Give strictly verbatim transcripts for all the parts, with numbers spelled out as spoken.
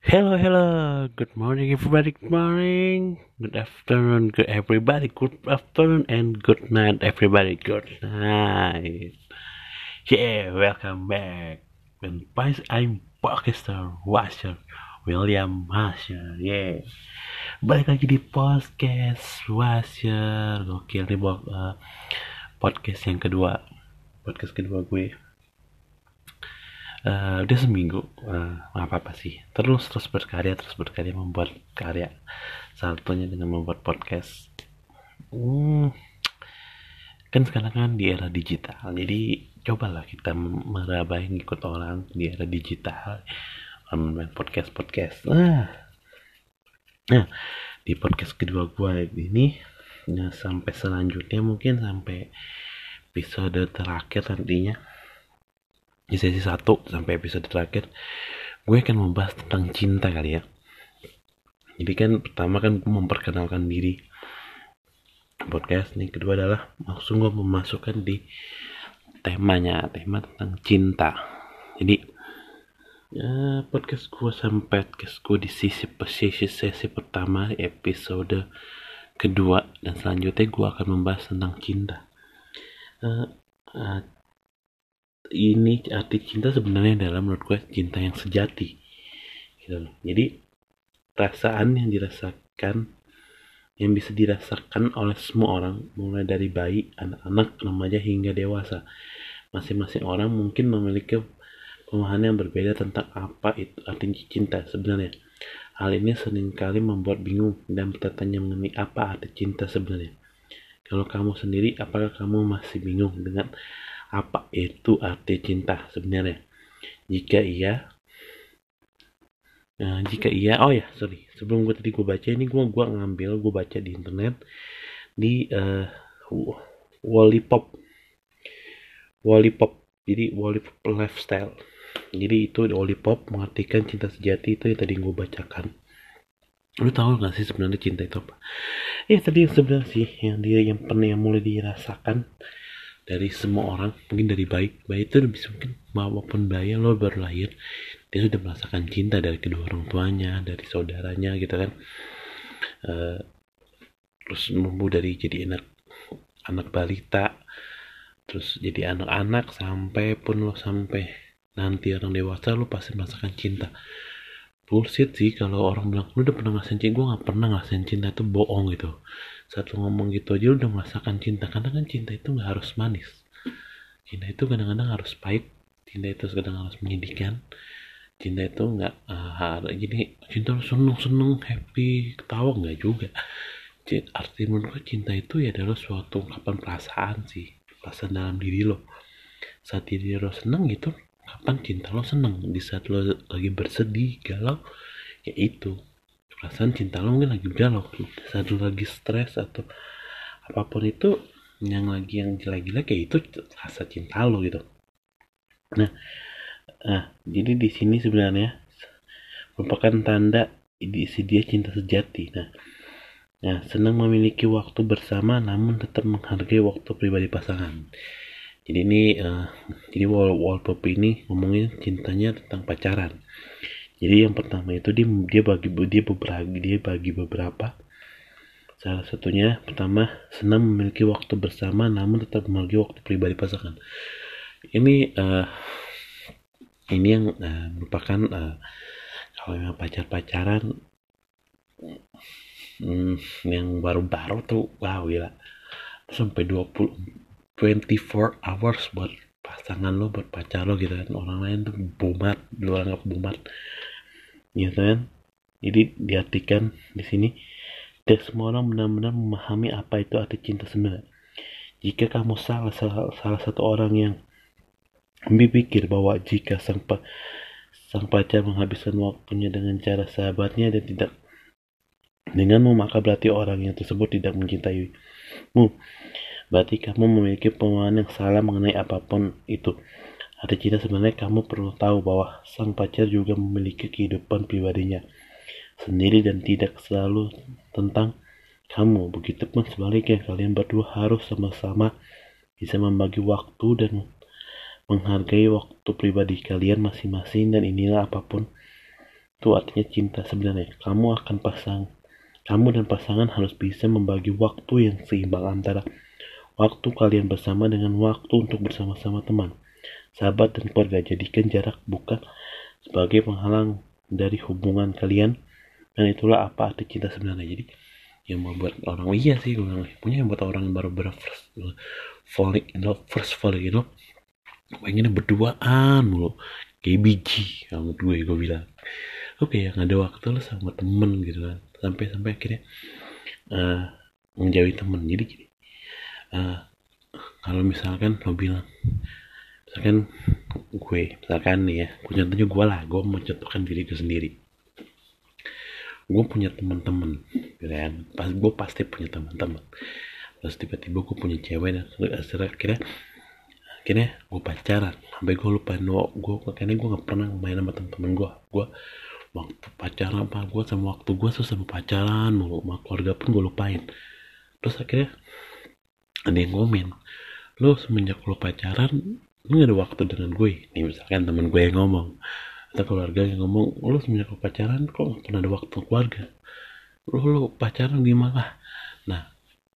Hello, hello. Good morning, everybody. Good morning. Good afternoon, good everybody. Good afternoon and good night, everybody. Good night. Yeah, welcome back. And guys, I'm podcaster Washer William Washer. Yeah, balik lagi di podcast Washer. Gokil nih, Bok. Uh, podcast yang kedua. Podcast kedua gue. Uh, udah seminggu, uh, apa apa sih, terus terus berkarya terus berkarya membuat karya, salah satunya dengan membuat podcast. hmm, kan sekarang kan di era digital, jadi cobalah kita meraba ngikut orang di era digital, main podcast podcast. Nah, nah di podcast kedua gue ini, nah, sampai selanjutnya mungkin sampai episode terakhir nantinya di sesi satu sampai episode terakhir, gue akan membahas tentang cinta kali ya. Jadi kan pertama kan gue memperkenalkan diri podcast nih, kedua adalah langsung gue memasukkan di temanya, tema tentang cinta. Jadi ya, podcast gue sampai podcast gue di sisi sesi sesi pertama episode kedua, dan selanjutnya gue akan membahas tentang cinta. Uh, uh, ini arti cinta sebenarnya dalam menurut gue cinta yang sejati gitu. Jadi perasaan yang dirasakan, yang bisa dirasakan oleh semua orang, mulai dari bayi, anak-anak, remaja hingga dewasa. Masing-masing orang mungkin memiliki pemahaman yang berbeda tentang apa itu arti cinta sebenarnya. Hal ini seringkali membuat bingung dan bertanya mengenai apa arti cinta sebenarnya. Kalau kamu sendiri, apakah kamu masih bingung dengan apa itu arti cinta sebenarnya? Jika iya, Nah, jika iya, oh ya, sorry, sebelum gue tadi gue baca ini, gue gua ngambil, gue baca di internet di uh, Wallipop, Wallipop, jadi Wallipop lifestyle. Jadi itu Wallipop mengartikan cinta sejati, itu yang tadi gue bacakan. Lu tahu gak sih sebenarnya cinta itu apa? Eh tadi yang sebenarnya sih, yang dia yang pernah yang mulai dirasakan dari semua orang, mungkin dari bayi, bayi itu bisa mungkin maupun bayi lo baru lahir, dia sudah merasakan cinta dari kedua orang tuanya, dari saudaranya gitu kan. Uh, terus numbuh dari jadi anak anak balita, terus jadi anak-anak, sampai pun lo sampai nanti orang dewasa, lo pasti merasakan cinta. Bullshit sih kalau orang bilang lu udah pernah ngerasain cinta. Gue gak pernah ngerasain cinta, itu bohong gitu. Saat lo ngomong gitu aja lu udah merasakan cinta, karena kan cinta itu gak harus manis, cinta itu kadang-kadang harus pahit, cinta itu kadang harus menyedihkan. Cinta itu nggak uh, jadi cinta seneng seneng happy ketawa, nggak juga. Arti menurut gue cinta itu ya adalah suatu ungkapan perasaan sih, perasaan dalam diri lo. Saat diri lo seneng gitu, kapan cinta lo seneng? Di saat lo lagi bersedih, galau, ya itu perasaan cinta lo. Mungkin lagi galau, saat lo lagi stres atau apapun itu yang lagi yang gila-gila, kayak itu rasa cinta lo gitu. Nah, Nah, jadi di sini sebenarnya merupakan tanda isi dia cinta sejati. Nah, nah, senang memiliki waktu bersama namun tetap menghargai waktu pribadi pasangan. Jadi ini, uh, jadi wall wallpop ini ngomongin cintanya tentang pacaran. Jadi yang pertama itu dia dia bagi dia beberapa dia bagi beberapa. Salah satunya pertama, senang memiliki waktu bersama namun tetap menghargai waktu pribadi pasangan. Ini uh, ini yang uh, merupakan uh, kalau memang pacar-pacaran hmm, yang baru-baru tuh wow gila, sampai dua puluh dua puluh empat hours buat pasangan lo, buat pacar lo gitu kan. Orang lain tuh bumat, lo anggap bumat gitu kan. Jadi diartikan di sini, tidak semua orang benar-benar memahami apa itu arti cinta sebenarnya. Jika kamu salah salah, salah satu orang yang berpikir bahwa jika sang pa, sang pacar menghabiskan waktunya dengan cara sahabatnya dan tidak denganmu, maka berarti orang yang tersebut tidak mencintaimu. Berarti kamu memiliki pemahaman yang salah mengenai apapun itu. Arti cinta sebenarnya, kamu perlu tahu bahwa sang pacar juga memiliki kehidupan pribadinya sendiri dan tidak selalu tentang kamu. Begitupun sebaliknya, kalian berdua harus sama-sama bisa membagi waktu dan menghargai waktu pribadi kalian masing-masing, dan inilah apapun itu artinya cinta sebenarnya. Kamu akan pasang, kamu dan pasangan harus bisa membagi waktu yang seimbang antara waktu kalian bersama dengan waktu untuk bersama-sama teman, sahabat, dan keluarga. Jadikan jarak bukan sebagai penghalang dari hubungan kalian, dan itulah apa arti cinta sebenarnya. Jadi yang membuat orang, oh iya sih gue bilang, punya yang buat orang yang baru-baru first falling in love, first falling in love, pengennya berduaan mulu kayak biji sama gue. Gue bilang oke okay, yang ada waktu lo sama temen gitu kan, sampai-sampai akhirnya uh, menjauhi temen. Jadi gini, uh, kalau misalkan lo bilang, misalkan gue, misalkan nih ya, gue contohnya gue lah, gue mencontohkan diri gue sendiri. Gue punya teman-teman, gitu kan? Pas gue pasti punya teman-teman. Terus tiba-tiba gue punya cewek dan akhirnya, akhirnya gue pacaran. Sampai gue lupain lo, gue kayaknya gue nggak pernah main sama teman-teman gue. Gue waktu pacaran apa, gue sama waktu gue tuh sama pacaran, mau sama keluarga pun gue lupain. Terus akhirnya ada yang komen, lo semenjak lo pacaran, lo gak ada waktu dengan gue. Nih misalkan teman gue yang ngomong, atau keluarga yang ngomong, lo semenjak lo pacaran kok gak pernah ada waktu keluarga, lo lo pacaran gimana. Nah,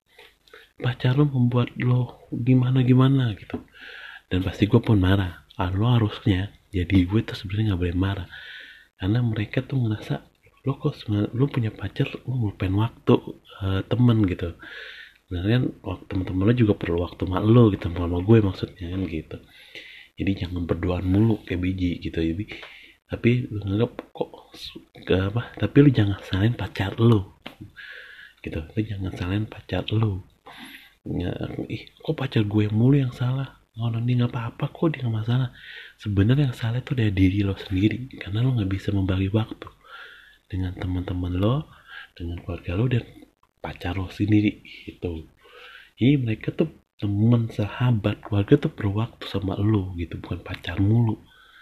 pacar lo membuat lo gimana gimana gitu, dan pasti gue pun marah. Ah, lo harusnya jadi gue tuh sebenarnya nggak boleh marah, karena mereka tuh ngerasa lo kok lo punya pacar lo ngelupain waktu uh, temen gitu. Sebenarnya waktu temen-temen lo juga perlu waktu sama lo gitu, sama gue maksudnya kan gitu. Jadi jangan berduaan mulu kayak biji gitu. Jadi tapi lu nganggap kok ke apa, tapi lu jangan salahin pacar lu gitu. Lu jangan salahin pacar lu ya, ih kok pacar gue mulu yang salah, orang dia nggak apa-apa kok, dia nggak masalah. Sebenarnya yang salah itu dari diri lo sendiri, karena lo nggak bisa membagi waktu dengan teman-teman lo, dengan keluarga lo, dan pacar lo sendiri gitu. Jadi mereka tuh teman, sahabat, keluarga tuh perlu waktu sama lo gitu, bukan pacar mulu.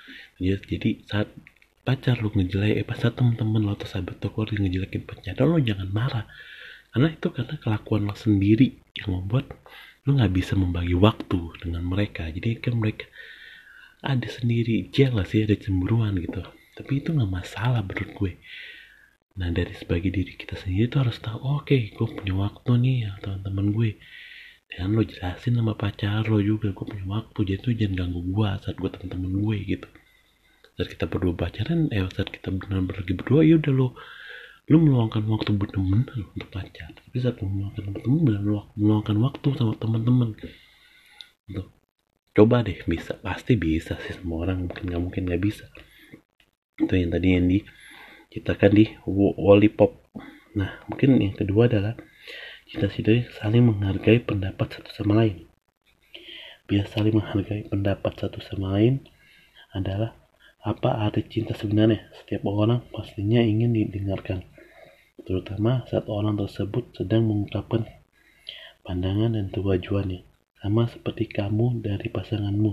Jadi saat pacar lo ngejelek, eh pas saat temen-temen lo atau sahabat lo keluarga ngejelekin pacar lo, jangan marah, karena itu karena kelakuan lo sendiri yang membuat lo nggak bisa membagi waktu dengan mereka. Jadi kan mereka ada sendiri jealous ya, ada cemburuan gitu, tapi itu nggak masalah menurut gue. Nah dari sebagai diri kita sendiri tuh harus tahu, oke okay, gue punya waktu nih ya teman-teman gue, dan lo jelasin sama pacar lo juga, gue punya waktu, jadi tuh jangan ganggu gue saat gue teman-teman gue gitu. Saat kita berdua pacaran, eh saat kita benar-benar lagi berdua, ya udah lo lu meluangkan waktu bener-bener untuk pacar. Tapi saat lu meluangkan temen-temen, bener meluangkan waktu sama teman-teman gitu. Coba deh, bisa, pasti bisa sih, semua orang mungkin nggak mungkin nggak bisa. Itu yang tadi yang diceritakan di Wally Pop. Nah mungkin yang kedua adalah cita-cita saling menghargai pendapat satu sama lain. Biar saling menghargai pendapat satu sama lain adalah apa arti cinta sebenarnya. Setiap orang pastinya ingin didengarkan, terutama saat orang tersebut sedang mengungkapkan pandangan dan tujuannya, sama seperti kamu dari pasanganmu.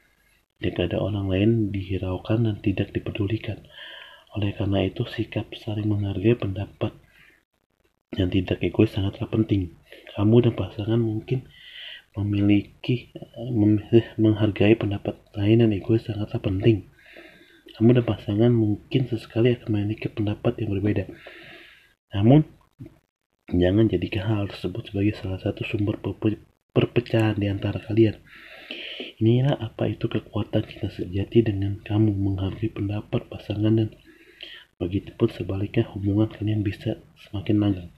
Jika ada orang lain dihiraukan dan tidak dipedulikan. Oleh karena itu, sikap saling menghargai pendapat yang tidak egois sangatlah penting. Kamu dan pasangan mungkin memiliki mem- menghargai pendapat lain dan egois sangatlah penting. Kamu dan pasangan mungkin sesekali akan memiliki pendapat yang berbeda. Namun, jangan jadikan hal tersebut sebagai salah satu sumber perpecahan di antara kalian. Inilah apa itu kekuatan cinta sejati, dengan kamu menghargai pendapat pasangan, dan begitupun sebaliknya hubungan kalian bisa semakin langgeng.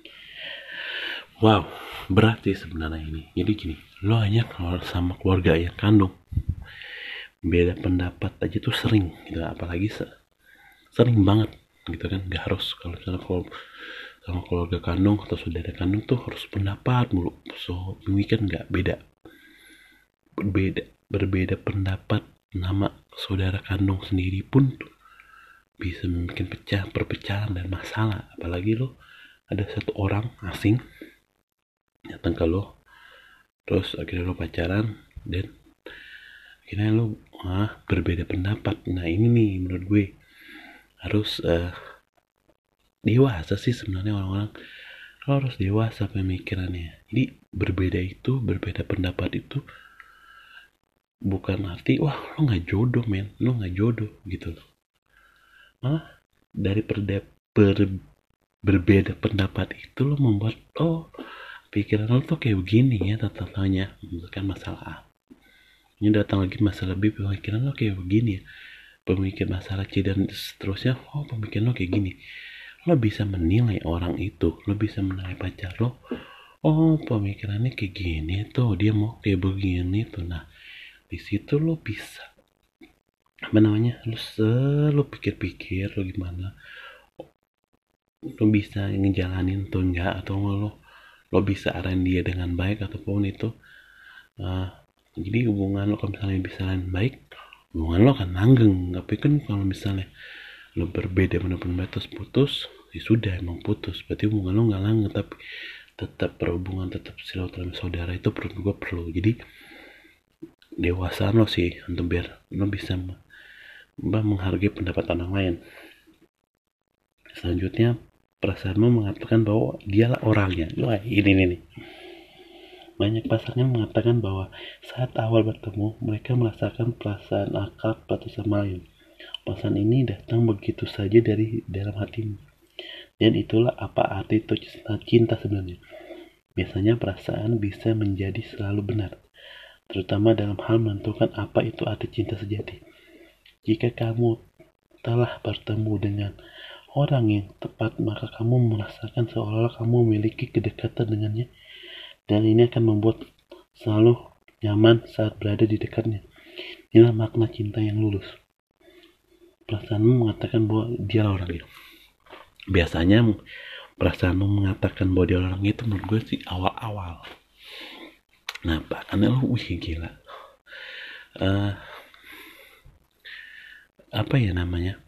Wow, berat sih sebenarnya ini. Jadi gini, lo hanya kalau sama keluarga yang kandung, beda pendapat aja tuh sering gitu, apalagi se- sering banget gitu kan. Gak harus kalau misalnya kalau sama keluarga kandung atau saudara kandung tuh harus pendapat mulu. So ini kan nggak beda, berbeda berbeda pendapat nama saudara kandung sendiri pun tuh bisa membuat pecah perpecahan dan masalah. Apalagi lo ada satu orang asing datang ke lo, terus akhirnya lo pacaran, dan akhirnya lo ah, berbeda pendapat. Nah ini nih menurut gue harus uh, dewasa sih sebenarnya orang-orang. Lo harus dewasa pemikirannya. Jadi berbeda itu, berbeda pendapat itu bukan arti wah lo nggak jodoh men, lo nggak jodoh gitu. Malah dari perde, per, berbeda pendapat itu lo membuat oh pikiran lo tuh kayak begini ya, tata-tatanya bukan masalah A. Ini datang lagi masalah B, pemikiran lo kayak begini ya, pemikir masalah C dan seterusnya. Oh pemikiran lo kayak gini, lo bisa menilai orang itu, lo bisa menilai pacar lo. Oh pemikirannya kayak gini tuh, dia mau kayak begini tuh. Nah di situ lo bisa apa namanya, lo lo pikir-pikir lo gimana, lo bisa ngejalanin tuh enggak, atau lo lo bisa arahin dia dengan baik ataupun itu. Uh, jadi hubungan lo kalau misalnya bisa lain baik, hubungan lo akan langgeng. Tapi kan kalau misalnya lo berbeda benar-benar terus putus, ya sudah emang putus, berarti hubungan lo nggak langgeng. Tapi tetap perhubungan, tetap silaturahmi saudara itu perlu gue perlu. Jadi dewasa lo sih untuk biar lo bisa menghargai pendapat orang lain. Selanjutnya perasaanmu mengatakan bahwa dialah orangnya. Wah ini nih, banyak pasangan mengatakan bahwa saat awal bertemu, mereka merasakan perasaan akrab satu sama lain. Perasaan ini datang begitu saja dari dalam hatimu. Dan itulah apa arti itu cinta sebenarnya. Biasanya perasaan bisa menjadi selalu benar, terutama dalam hal menentukan apa itu arti cinta sejati. Jika kamu telah bertemu dengan orang yang tepat, maka kamu merasakan seolah-olah kamu memiliki kedekatan dengannya. Dan ini akan membuat selalu nyaman saat berada di dekatnya. Inilah makna cinta yang lulus. Perasaanmu mengatakan bahwa dia orang itu. Biasanya perasaanmu mengatakan bahwa dia orang itu menurut gue sih awal-awal. Nah bahkan lo wih gila. Uh, apa ya namanya?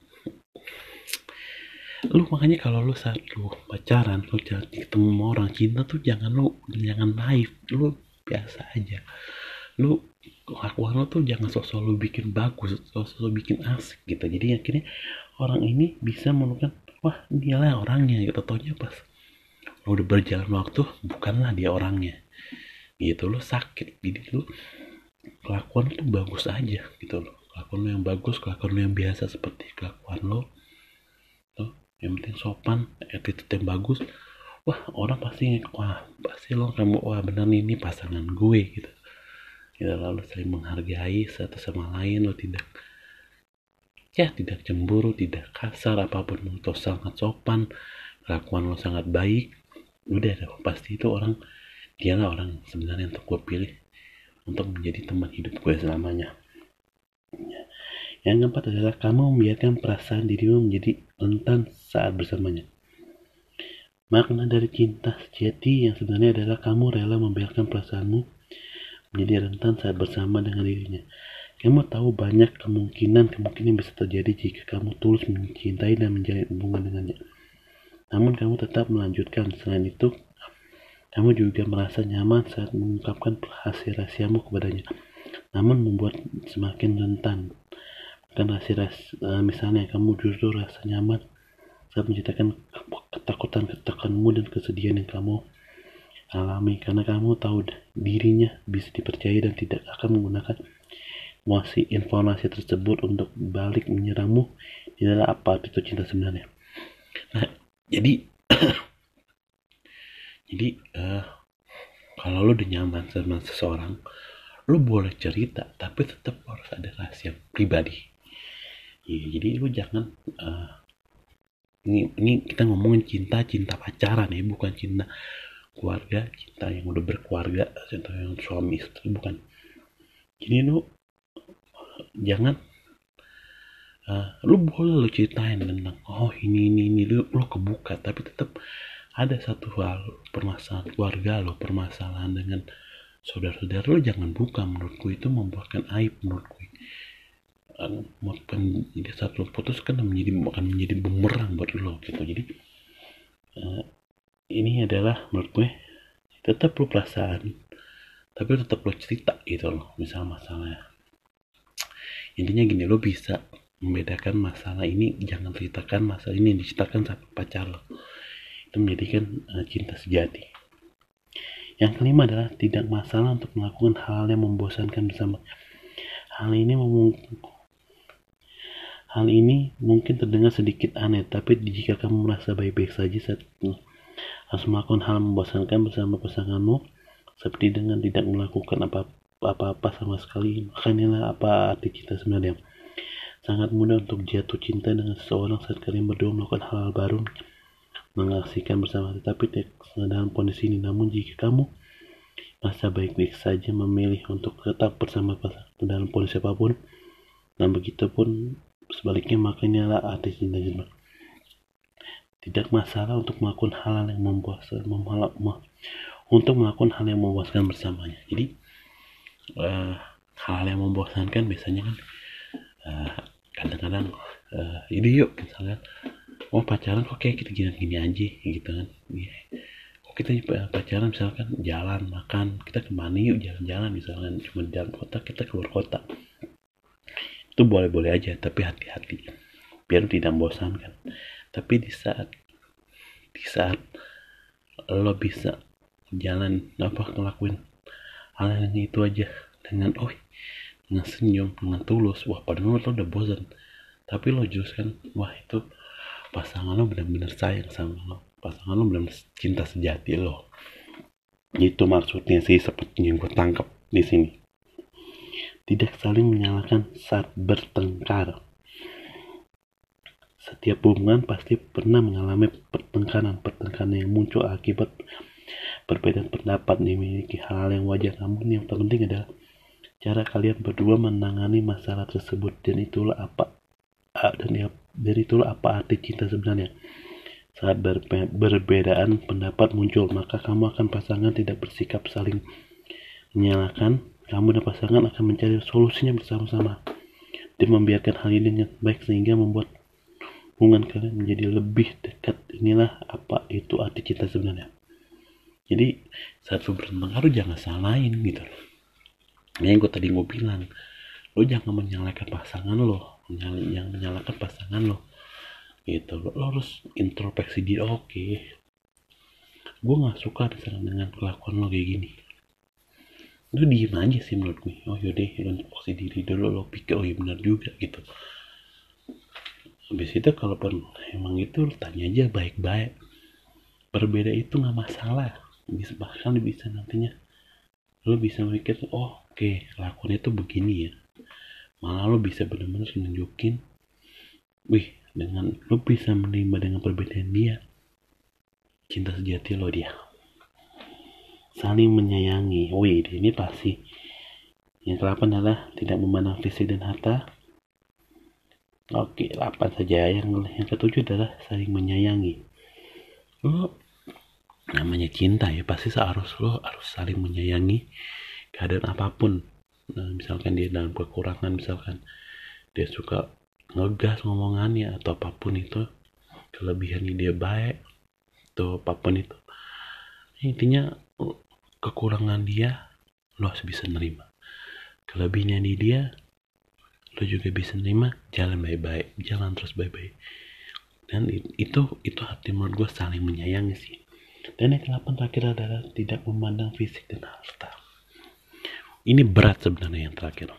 Lu makanya kalau lu saat lu pacaran, lu ketemu sama orang cinta tuh jangan lu jangan naif, lu biasa aja. Lu kelakuan lu tuh jangan sosok lu bikin bagus, sosok lu bikin asik gitu. Jadi akhirnya orang ini bisa menemukan wah dialah orangnya gitu. Taunya pas lu udah berjalan waktu bukanlah dia orangnya gitu, lu sakit. Jadi lu kelakuan tuh bagus aja gitu loh, kelakuan lu yang bagus, kelakuan lu yang biasa seperti kelakuan lu tuh, yang penting sopan, attitude yang bagus. Wah orang pasti wah pasti lo kamu wah bener nih ini pasangan gue gitu. Ya lalu saling menghargai satu sama lain, lo tidak ya tidak cemburu, tidak kasar, apapun lo sangat sopan, kelakuan lo sangat baik. Udah deh pasti itu orang, dialah orang sebenarnya untuk gue pilih untuk menjadi teman hidup gue selamanya. Ya. Yang keempat adalah kamu membiarkan perasaan dirimu menjadi rentan saat bersamanya. Makna dari cinta sejati yang sebenarnya adalah kamu rela membiarkan perasaanmu menjadi rentan saat bersama dengan dirinya. Kamu tahu banyak kemungkinan-kemungkinan bisa terjadi jika kamu tulus mencintai dan menjalin hubungan dengannya. Namun kamu tetap melanjutkan. Selain itu, kamu juga merasa nyaman saat mengungkapkan rahasia-rahasiamu kepadanya. Namun membuat semakin rentan. Kan rahasia-rahasia, misalnya kamu justru rasa nyaman saat menceritakan ketakutan-ketakutanmu dan kesedihan yang kamu alami, karena kamu tahu dirinya bisa dipercaya dan tidak akan menggunakan emosi informasi tersebut untuk balik menyerangmu. Inilah apa itu cinta sebenarnya. Nah jadi jadi uh, kalau lo udah nyaman sama seseorang, lo boleh cerita tapi tetap harus ada rahasia pribadi. Ya, jadi lu jangan uh, ini, ini kita ngomongin cinta cinta pacaran ya, bukan cinta keluarga, cinta yang udah berkeluarga, cinta yang suami istri, bukan. Jadi lu jangan uh, lu boleh lu ceritain tentang oh ini ini ini lu, lu kebuka, tapi tetap ada satu hal permasalahan keluarga lo, permasalahan dengan saudara-saudara lo jangan buka. Menurutku itu membuatkan aib menurutku. Makan jadi saat lo putus kan menjadi akan menjadi bumerang buat lo gitu. Jadi uh, ini adalah menurut gue tetap lo perasaan tapi tetap lo cerita gitu loh. Misal masalahnya intinya gini, lo bisa membedakan masalah ini, jangan ceritakan masalah ini yang diceritakan sama pacar lo, itu menjadikan uh, cinta sejati. Yang kelima adalah tidak masalah untuk melakukan hal yang membosankan bersama. Hal ini memungkinkan Hal ini mungkin terdengar sedikit aneh, tapi jika kamu merasa baik-baik saja saat harus melakukan hal membosankan bersama pasanganmu, seperti dengan tidak melakukan apa-apa sama sekali, maka inilah apa arti cinta sebenarnya. Sangat mudah untuk jatuh cinta dengan seseorang saat kalian berdua melakukan hal-hal baru, mengasihkan bersama, tetapi tidak dalam kondisi ini. Namun jika kamu merasa baik-baik saja memilih untuk tetap bersama pasangan dalam kondisi apapun, dan begitu pun sebaliknya, maka inilah arti cinta sebenarnya. Tidak masalah untuk melakukan hal yang membosankan, untuk melakukan hal yang membosankan bersamanya. Jadi uh, hal yang membosankan biasanya kan uh, kadang-kadang uh, ini yuk misalnya, oh pacaran kok kayak kita gini-gini aja gitu kan. Kok kita pacaran misalkan jalan makan, kita kemana yuk jalan-jalan misalkan, cuma di dalam kota kita keluar kota, itu boleh-boleh aja, tapi hati-hati biar tidak membosankan. Tapi di saat di saat lo bisa jalan apa ngelakuin hal yang itu aja dengan oh dengan senyum, dengan tulus, wah padahal lo udah bosan, tapi lo justru kan wah itu pasangan lo benar-benar sayang sama lo, pasangan lo benar-benar cinta sejati lo. Itu maksudnya sih seperti yang gue tangkap di sini. Tidak saling menyalahkan saat bertengkar. Setiap hubungan pasti pernah mengalami pertengkaran, pertengkaran yang muncul akibat perbedaan pendapat, dimiliki hal yang wajar. Namun yang terpenting adalah cara kalian berdua menangani masalah tersebut, dan itulah apa dan, ya, dan itulah apa arti cinta sebenarnya. Saat berbe- perbedaan pendapat muncul, maka kamu akan pasangan tidak bersikap saling menyalahkan. Kamu dan pasangan akan mencari solusinya bersama-sama dan membiarkan hal ini dengan baik sehingga membuat hubungan kalian menjadi lebih dekat. Inilah apa itu arti cinta sebenarnya. Jadi saat lu bertengkar, lu jangan salahin gitu. Yang gue tadi gue bilang, lu jangan menyalahkan pasangan lo, yang menyalahkan pasangan lo gitu. Lo, lo harus introspeksi diri. Oke, okay, gue nggak suka misalnya dengan kelakuan lo kayak gini. Lu diem aja sih menurut gue. Oh yaudah, lo introspeksi diri dulu, lo pikir oh iya benar juga gitu. Habis itu kalau emang itu tanya aja baik-baik. Berbeda itu nggak masalah, bisa bahkan bisa nantinya lo bisa mikir oh oke okay, lakuannya itu begini ya, malah lo bisa benar-benar nunjukin wih dengan lo bisa menerima dengan perbedaan dia, cinta sejati lo dia. Saling menyayangi, wih ini pasti. Yang kedelapan adalah tidak memandang fisik dan harta. Oke, delapan saja. Yang yang ketujuh adalah saling menyayangi. Lo namanya cinta ya, pasti seharus lo harus saling menyayangi keadaan apapun. Nah, misalkan dia dalam kekurangan, misalkan dia suka ngegas ngomongannya atau apapun itu, kelebihannya dia baik atau apapun itu, intinya kekurangan dia lo harus bisa nerima, kelebihannya di dia lo juga bisa nerima. Jalan baik-baik, jalan terus baik-baik, dan itu itu hati menurut gue saling menyayangi sih. Dan yang kedelapan terakhir adalah tidak memandang fisik dan harta. Ini berat sebenarnya yang terakhir.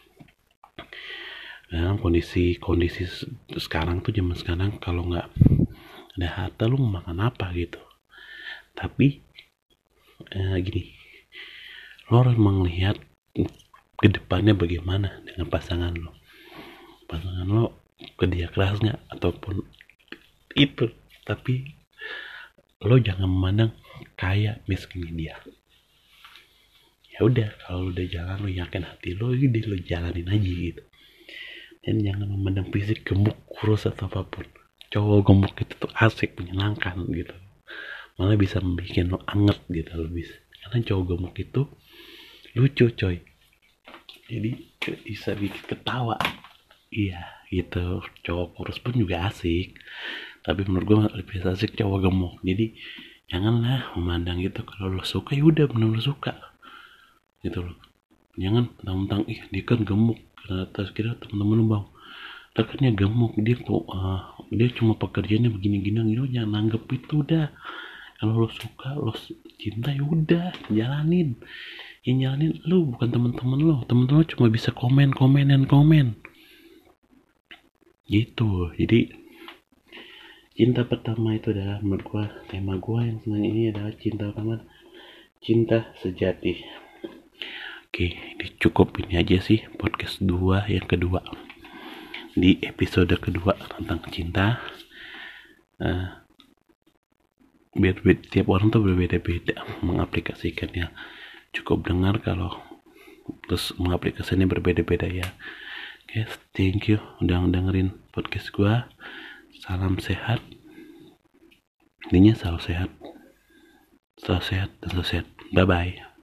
Dalam kondisi kondisi sekarang tuh, zaman sekarang, kalau nggak ada harta lu mau makan apa gitu. Tapi eh, gini, lo harus melihat ke depannya bagaimana dengan pasangan lo. Pasangan lo kerja keras nggak ataupun itu, tapi lo jangan memandang kaya miskinnya dia. Ya udah, kalau lo udah jalan, lo yakin hati lo, jadi lo jalanin aja gitu. Dan jangan memandang fisik gemuk, kurus atau apapun. Cowok gemuk itu tuh asik, menyenangkan gitu, malah bisa membuat lo anget gitu, lo bisa. Karena cowok gemuk itu lucu coy, jadi bisa bikin ketawa. Iya gitu. Cowok kurus pun juga asik, tapi menurut gue lebih asik cowok gemuk. Jadi janganlah memandang gitu. Kalau lo suka ya udah benar-benar suka gitu loh. Jangan tentang ih dia kan gemuk, terus kira teman-teman lo bang rekannya gemuk, dia kok uh, dia cuma pekerjaannya begini-gini gitu. Jangan nanggep itu. Udah, kalau lo suka, lo cinta, ya udah jalanin. Yang jalanin lo, bukan teman-teman lo. Teman-teman lo cuma bisa komen komen dan komen. gitu. Jadi cinta pertama itu adalah menurut gua, tema gua yang sebenarnya ini adalah cinta pertama, cinta sejati. Oke, ini cukup ini aja sih podcast dua yang kedua. Di episode kedua tentang cinta. Uh, biar tiap orang tuh berbeda-beda mengaplikasikannya. Cukup dengar kalau terus mengaplikasikannya berbeda-beda ya. Oke, okay, thank you udah dengerin podcast gua. Salam sehat. Intinya selalu sehat. Selalu sehat dan selalu sehat. Bye bye.